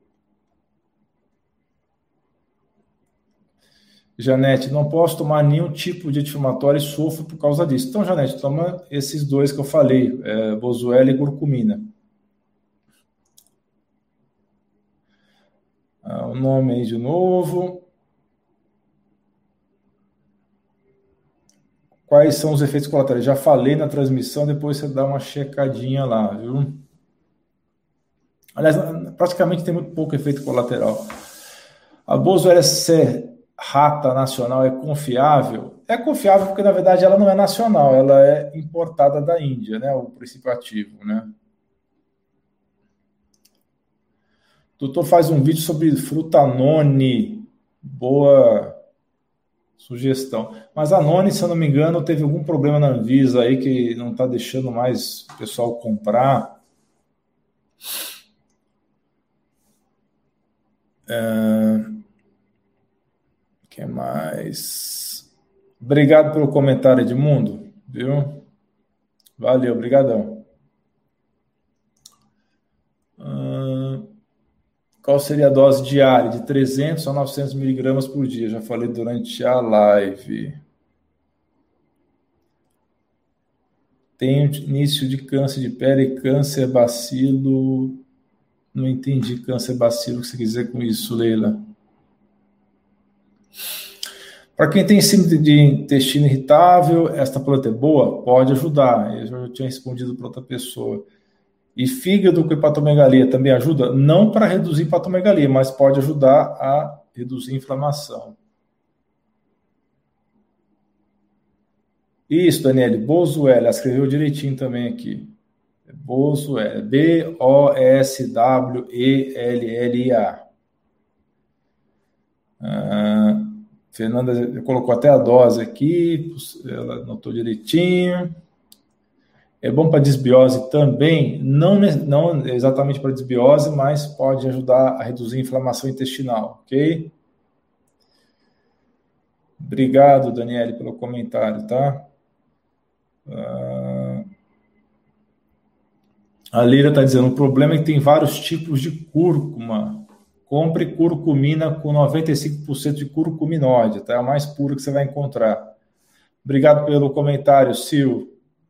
Janete, não posso tomar nenhum tipo de anti-inflamatório e sofro por causa disso. Então, Janete, toma esses dois que eu falei, é, Boswellia e curcumina. Ah, o nome aí de novo. Quais são os efeitos colaterais? Já falei na transmissão, depois você dá uma checadinha lá, viu? Aliás, praticamente tem muito pouco efeito colateral. A Boswellia serrata nacional é confiável? É confiável porque, na verdade, ela não é nacional, ela é importada da Índia, né? O princípio ativo, né? O doutor faz um vídeo sobre fruta noni. Boa sugestão. Mas a noni, se eu não me engano, teve algum problema na Anvisa aí que não está deixando mais o pessoal comprar. É... O que mais? Obrigado pelo comentário, Edmundo. Viu? Valeu, brigadão. Qual seria a dose diária? De trezentos a novecentos miligramas por dia. Já falei durante a live. Tem início de câncer de pele, câncer bacilo. Não entendi câncer bacilo, o que você quer dizer com isso, Leila? Para quem tem síndrome de intestino irritável, esta planta é boa? Pode ajudar. Eu já tinha respondido para outra pessoa. E fígado com hepatomegalia também ajuda? Não para reduzir hepatomegalia, mas pode ajudar a reduzir a inflamação. Isso, Daniele. Boswellia, ela escreveu direitinho também aqui. Boswellia, B O S W E L L I A. Ah, Fernanda colocou até a dose aqui, ela anotou direitinho. É bom para desbiose também, não, não exatamente para desbiose, mas pode ajudar a reduzir a inflamação intestinal, ok? Obrigado, Daniele, pelo comentário, tá? Uh... A Leira está dizendo, o problema é que tem vários tipos de cúrcuma. Compre curcumina com noventa e cinco por cento de curcuminóide, tá? É a mais pura que você vai encontrar. Obrigado pelo comentário, Sil.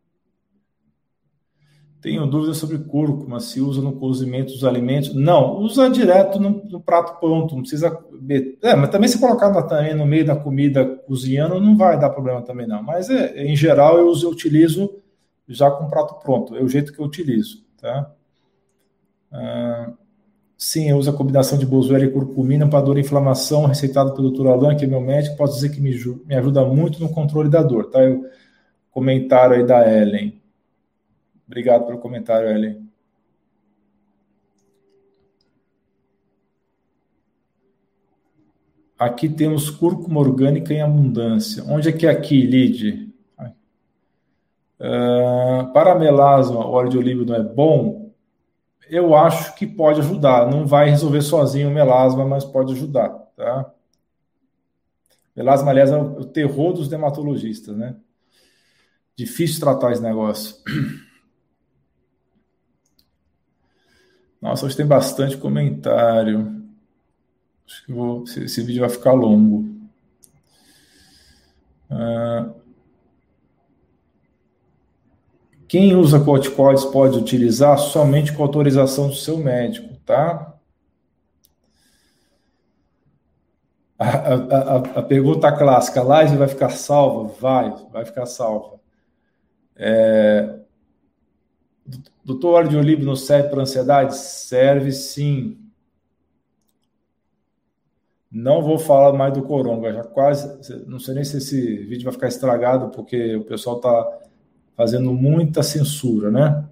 Tenho dúvidas sobre cúrcuma, se usa no cozimento dos alimentos. Não, usa direto no, no prato pronto, não precisa... É, mas também se colocar na, também no meio da comida cozinhando, não vai dar problema também não. Mas, é, em geral, eu, uso, eu utilizo já com prato pronto, é o jeito que eu utilizo, tá? Ah, sim, eu uso a combinação de Boswellia e curcumina para dor e inflamação, receitado pelo doutor Alain, que é meu médico, posso dizer que me, me ajuda muito no controle da dor, tá? O comentário aí da Ellen. Obrigado pelo comentário, Ellen. Aqui temos cúrcuma orgânica em abundância. Onde é que é aqui, Lid? Uh, para melasma, o óleo de oliva não é bom? Eu acho que pode ajudar. Não vai resolver sozinho o melasma, mas pode ajudar, tá? Melasma, aliás, é o terror dos dermatologistas, né? Difícil tratar esse negócio. Nossa, hoje tem bastante comentário. Acho que vou, esse vídeo vai ficar longo. Uh, quem usa corticoides pode utilizar somente com autorização do seu médico, tá? A, a, a, a pergunta clássica, a live vai ficar salva? Vai, vai ficar salva. É... Doutor, óleo de oliva não serve para ansiedade? Serve sim. Não vou falar mais do coronga, já quase, não sei nem se esse vídeo vai ficar estragado, porque o pessoal está fazendo muita censura, né?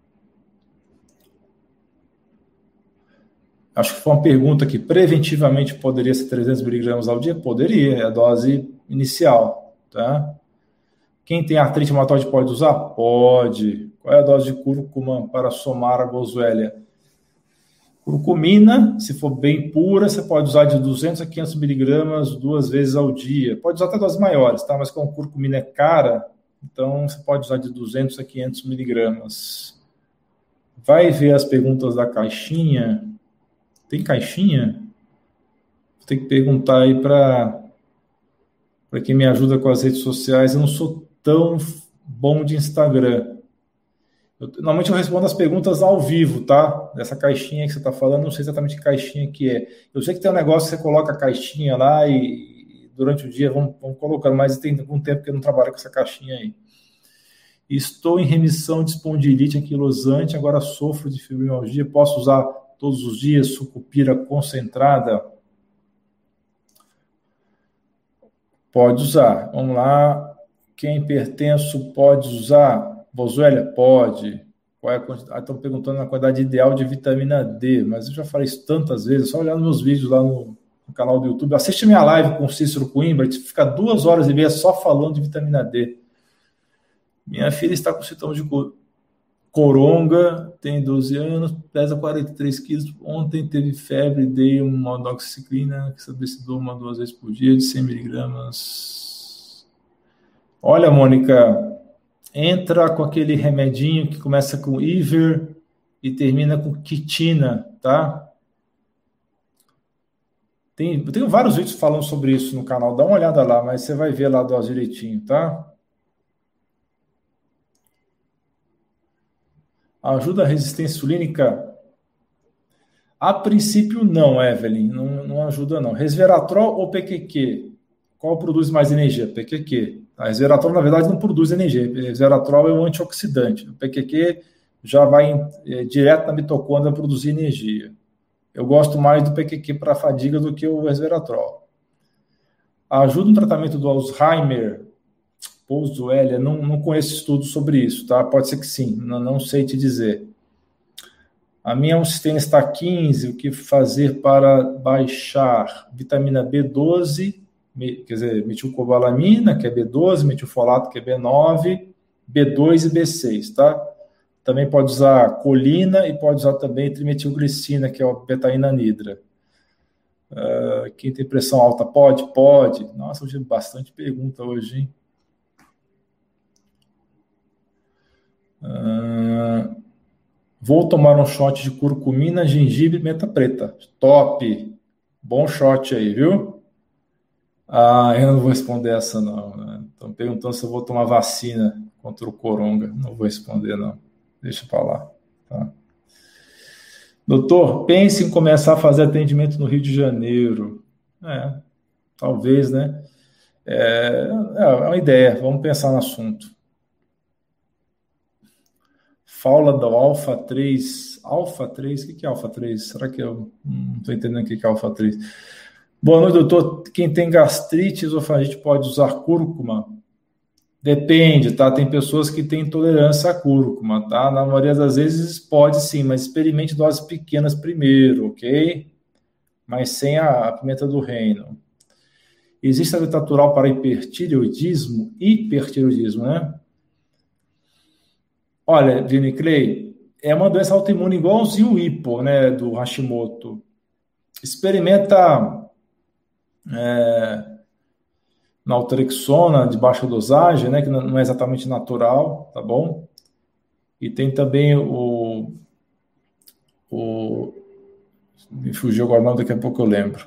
Acho que foi uma pergunta que preventivamente poderia ser trezentos miligramas ao dia? Poderia, é a dose inicial, tá? Quem tem artrite reumatoide pode usar? Pode. Qual é a dose de cúrcuma para somar a Boswellia? Curcumina, se for bem pura, você pode usar de duzentos a quinhentos miligramas duas vezes ao dia. Pode usar até doses maiores, tá? Mas como curcumina é cara, então você pode usar de duzentos a quinhentos miligramas. Vai ver as perguntas da caixinha. Tem caixinha? Tem que perguntar aí para para quem me ajuda com as redes sociais. Eu não sou tão bom de Instagram. Eu, normalmente eu respondo as perguntas ao vivo, tá? Dessa caixinha que você está falando, não sei exatamente que caixinha que é. Eu sei que tem um negócio que você coloca a caixinha lá e, e durante o dia vão, vão colocando, mas tem algum tempo que eu não trabalho com essa caixinha aí. Estou em remissão de espondilite anquilosante, agora sofro de fibromialgia, posso usar todos os dias sucupira concentrada? Pode usar. Vamos lá. Quem é hipertenso pode usar? Boswellia? Pode. Qual é a quantidade? Estão perguntando a quantidade ideal de vitamina D, mas eu já falei isso tantas vezes, só olhando meus vídeos lá no, no canal do YouTube. Assiste minha live com o Cícero Coimbra, a gente fica duas horas e meia só falando de vitamina D. Minha filha está com sintomas de coronga, tem doze anos, pesa quarenta e três quilos. Ontem teve febre, dei uma modoxiclina, que saber se dou uma duas vezes por dia, de cem miligramas. Olha, Mônica, entra com aquele remedinho que começa com Iver e termina com quitina, tá? Tem, eu tenho vários vídeos falando sobre isso no canal, dá uma olhada lá, mas você vai ver lá do direitinho, tá? Ajuda a resistência insulínica? A princípio, não, Evelyn, não, não ajuda, não. Resveratrol ou P Q Q? Qual produz mais energia? P Q Q. A resveratrol, na verdade, não produz energia. Resveratrol é um antioxidante. O P Q Q já vai é, direto na mitocôndria produzir energia. Eu gosto mais do P Q Q para fadiga do que o resveratrol. Ajuda no tratamento do Alzheimer? Pouso L, não, não conheço estudo sobre isso, tá? Pode ser que sim, não, não sei te dizer. A minha homocistina está quinze, o que fazer para baixar? Vitamina B doze, quer dizer, metilcobalamina, que é B doze, metilfolato, que é B nove, B dois e B seis, tá? Também pode usar colina e pode usar também trimetilglicina, que é a betaína anidra. Uh, quem tem pressão alta pode? Pode. Nossa, eu tive bastante pergunta hoje, hein? Uh, vou tomar um shot de curcumina, gengibre e menta preta. Top! Bom shot aí, viu? Ah, eu não vou responder essa não. Né? Estão perguntando se eu vou tomar vacina contra o coronga. Não vou responder não. Deixa pra lá. Tá? Doutor, pense em começar a fazer atendimento no Rio de Janeiro. É, talvez, né? É, é uma ideia. Vamos pensar no assunto. Fala do alfa três. Alfa três? O que é alfa três? Será que eu não estou entendendo o que é alfa três? Boa noite, doutor. Quem tem gastrite, esofagite pode usar cúrcuma? Depende, tá? Tem pessoas que têm intolerância à cúrcuma, tá? Na maioria das vezes pode sim, mas experimente doses pequenas primeiro, ok? Mas sem a, a pimenta do reino. Existe tratamento natural para hipertireoidismo? Hipertireoidismo, né? Olha, Vini Clay, é uma doença autoimune igualzinho o hipo, né, do Hashimoto. Experimenta é, naltrexona de baixa dosagem, né, que não é exatamente natural, tá bom? E tem também o... o me fugiu agora não, daqui a pouco eu lembro.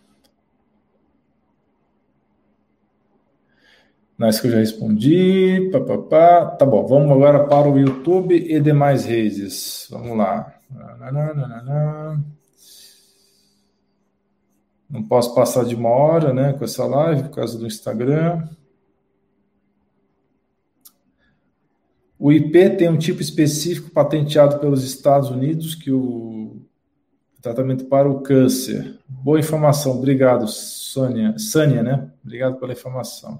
Não, isso que eu já respondi. Pá, pá, pá. Tá bom, vamos agora para o YouTube e demais redes. Vamos lá. Não posso passar de uma hora, né, com essa live, por causa do Instagram. O I P tem um tipo específico patenteado pelos Estados Unidos, que o tratamento para o câncer. Boa informação, obrigado, Sônia. Sânia, né? Obrigado pela informação.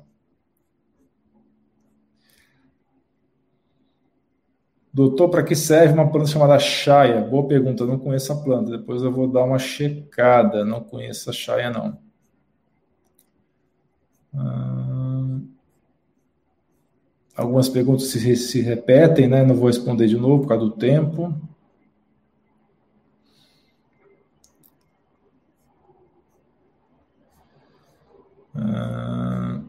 Doutor, para que serve uma planta chamada chaia? Boa pergunta, eu não conheço a planta. Depois eu vou dar uma checada. Não conheço a chaia, não. Hum... Algumas perguntas se, se repetem, né? Não vou responder de novo por causa do tempo. Hum...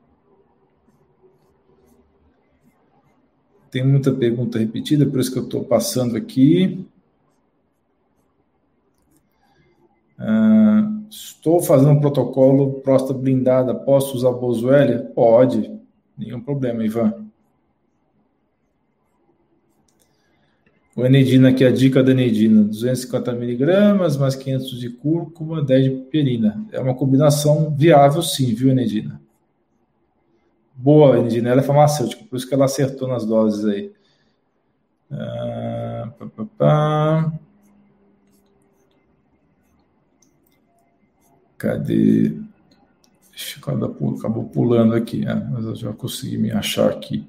Tem muita pergunta repetida, por isso que eu estou passando aqui. Uh, estou fazendo um protocolo próstata blindada. Posso usar Boswellia? Pode. Nenhum problema, Ivan. O Enedina aqui, a dica da Enedina. duzentos e cinquenta miligramas, mais quinhentos de cúrcuma, dez de piperina. É uma combinação viável sim, viu, Enedina? Boa, Enedina. Ela é farmacêutica, por isso que ela acertou nas doses aí. Uh, pá, pá, pá. Cadê? Acabou pulando aqui, né? Mas eu já consegui me achar aqui.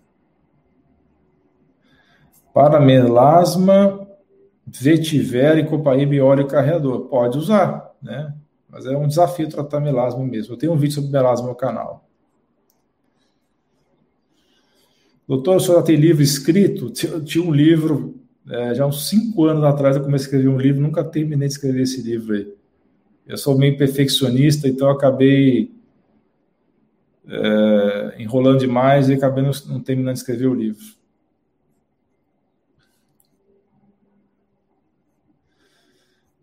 Para melasma, vetiver e copaíba e óleo carreador. Pode usar, né? Mas é um desafio tratar melasma mesmo. Eu tenho um vídeo sobre melasma no meu canal. Doutor, o senhor já tem livro escrito? Eu tinha um livro, é, já há uns cinco anos atrás eu comecei a escrever um livro, nunca terminei de escrever esse livro aí. Eu sou meio perfeccionista, então eu acabei é, enrolando demais e acabei não, não terminando de escrever o livro.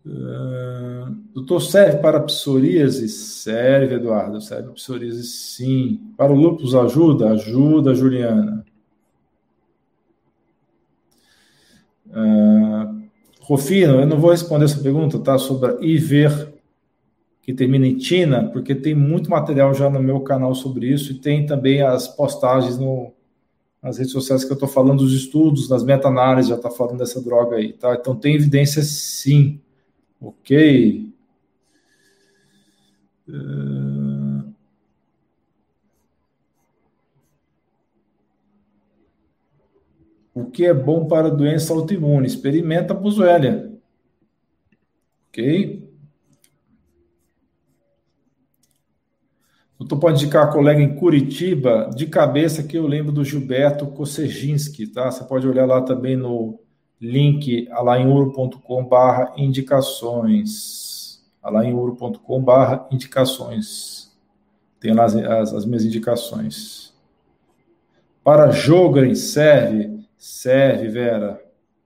Uh, doutor, serve para psoríase? Serve, Eduardo, serve para psoríase, sim. Para o lúpus ajuda? Ajuda, Juliana. Uh, Rufino, eu não vou responder essa pergunta, tá? Sobre a Iver, que termina em tina, porque tem muito material já no meu canal sobre isso e tem também as postagens no, nas redes sociais que eu estou falando dos estudos, nas meta-análises, já está falando dessa droga aí, tá? Então tem evidência sim, ok? Uh... O que é bom para doença autoimune? Experimenta a Boswellia, ok? Tu pode indicar a colega em Curitiba, de cabeça que eu lembro do Gilberto Koseginski, tá? Você pode olhar lá também no link alainuro ponto com barra indicações. alainuro ponto com barra indicações. Tem lá as, as, as minhas indicações. Para Jogren, serve? Serve, Vera.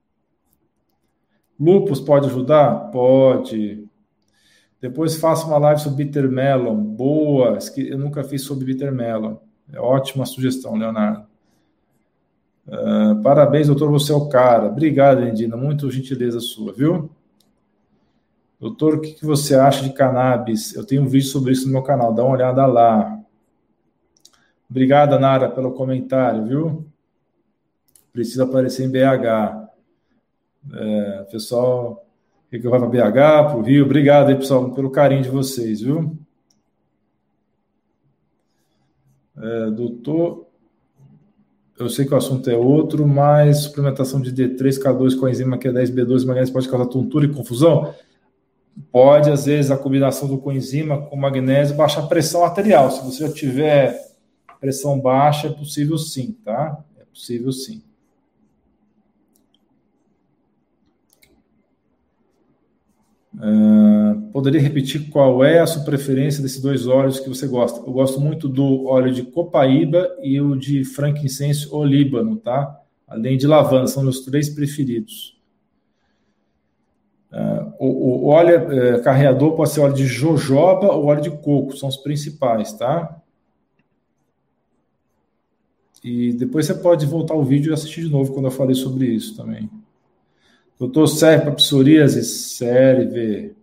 Lupus pode ajudar? Pode. Depois faça uma live sobre Bitter Melon. Boa. Eu nunca fiz sobre Bitter Melon. É ótima sugestão, Leonardo. Uh, parabéns, doutor. Você é o cara. Obrigado, Endina. Muito gentileza sua, viu? Doutor, o que, que você acha de cannabis? Eu tenho um vídeo sobre isso no meu canal. Dá uma olhada lá. Obrigada, Nara, pelo comentário, viu? Precisa aparecer em B H. É, pessoal... que eu vou para B H, para o Rio. Obrigado aí, pessoal, pelo carinho de vocês, viu? É, doutor, eu sei que o assunto é outro, mas suplementação de D três, K dois com a enzima Q dez, B doze, magnésio pode causar tontura e confusão? Pode, às vezes, a combinação do coenzima com magnésio baixar a pressão arterial. Se você já tiver pressão baixa, é possível sim, tá? É possível sim. Uh, poderia repetir qual é a sua preferência desses dois óleos que você gosta? Eu gosto muito do óleo de copaíba e o de frankincense ou líbano, tá? Além de lavanda, são meus três preferidos. Uh, o, o óleo uh, carreador pode ser óleo de jojoba ou óleo de coco, são os principais, tá? E depois você pode voltar ao vídeo e assistir de novo quando eu falei sobre isso também. Doutor, serve para psoríase? Serve.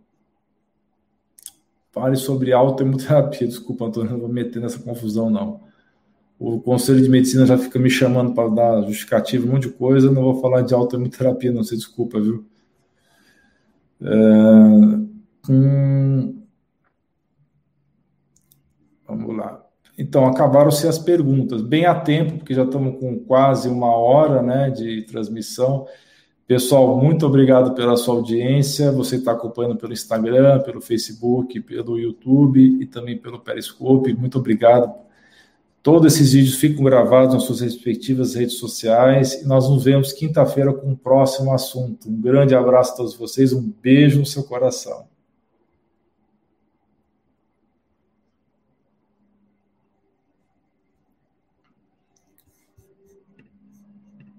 Fale sobre autoimunoterapia. Desculpa, Antônio, não vou meter nessa confusão, não. O Conselho de Medicina já fica me chamando para dar justificativa, um monte de coisa. Não vou falar de autoimunoterapia, não sei, desculpa, viu? É... Hum... Vamos lá. Então, acabaram-se as perguntas. Bem a tempo, porque já estamos com quase uma hora, né, de transmissão. Pessoal, muito obrigado pela sua audiência. Você está acompanhando pelo Instagram, pelo Facebook, pelo YouTube e também pelo Periscope. Muito obrigado. Todos esses vídeos ficam gravados nas suas respectivas redes sociais. E nós nos vemos quinta-feira com o próximo assunto. Um grande abraço a todos vocês. Um beijo no seu coração.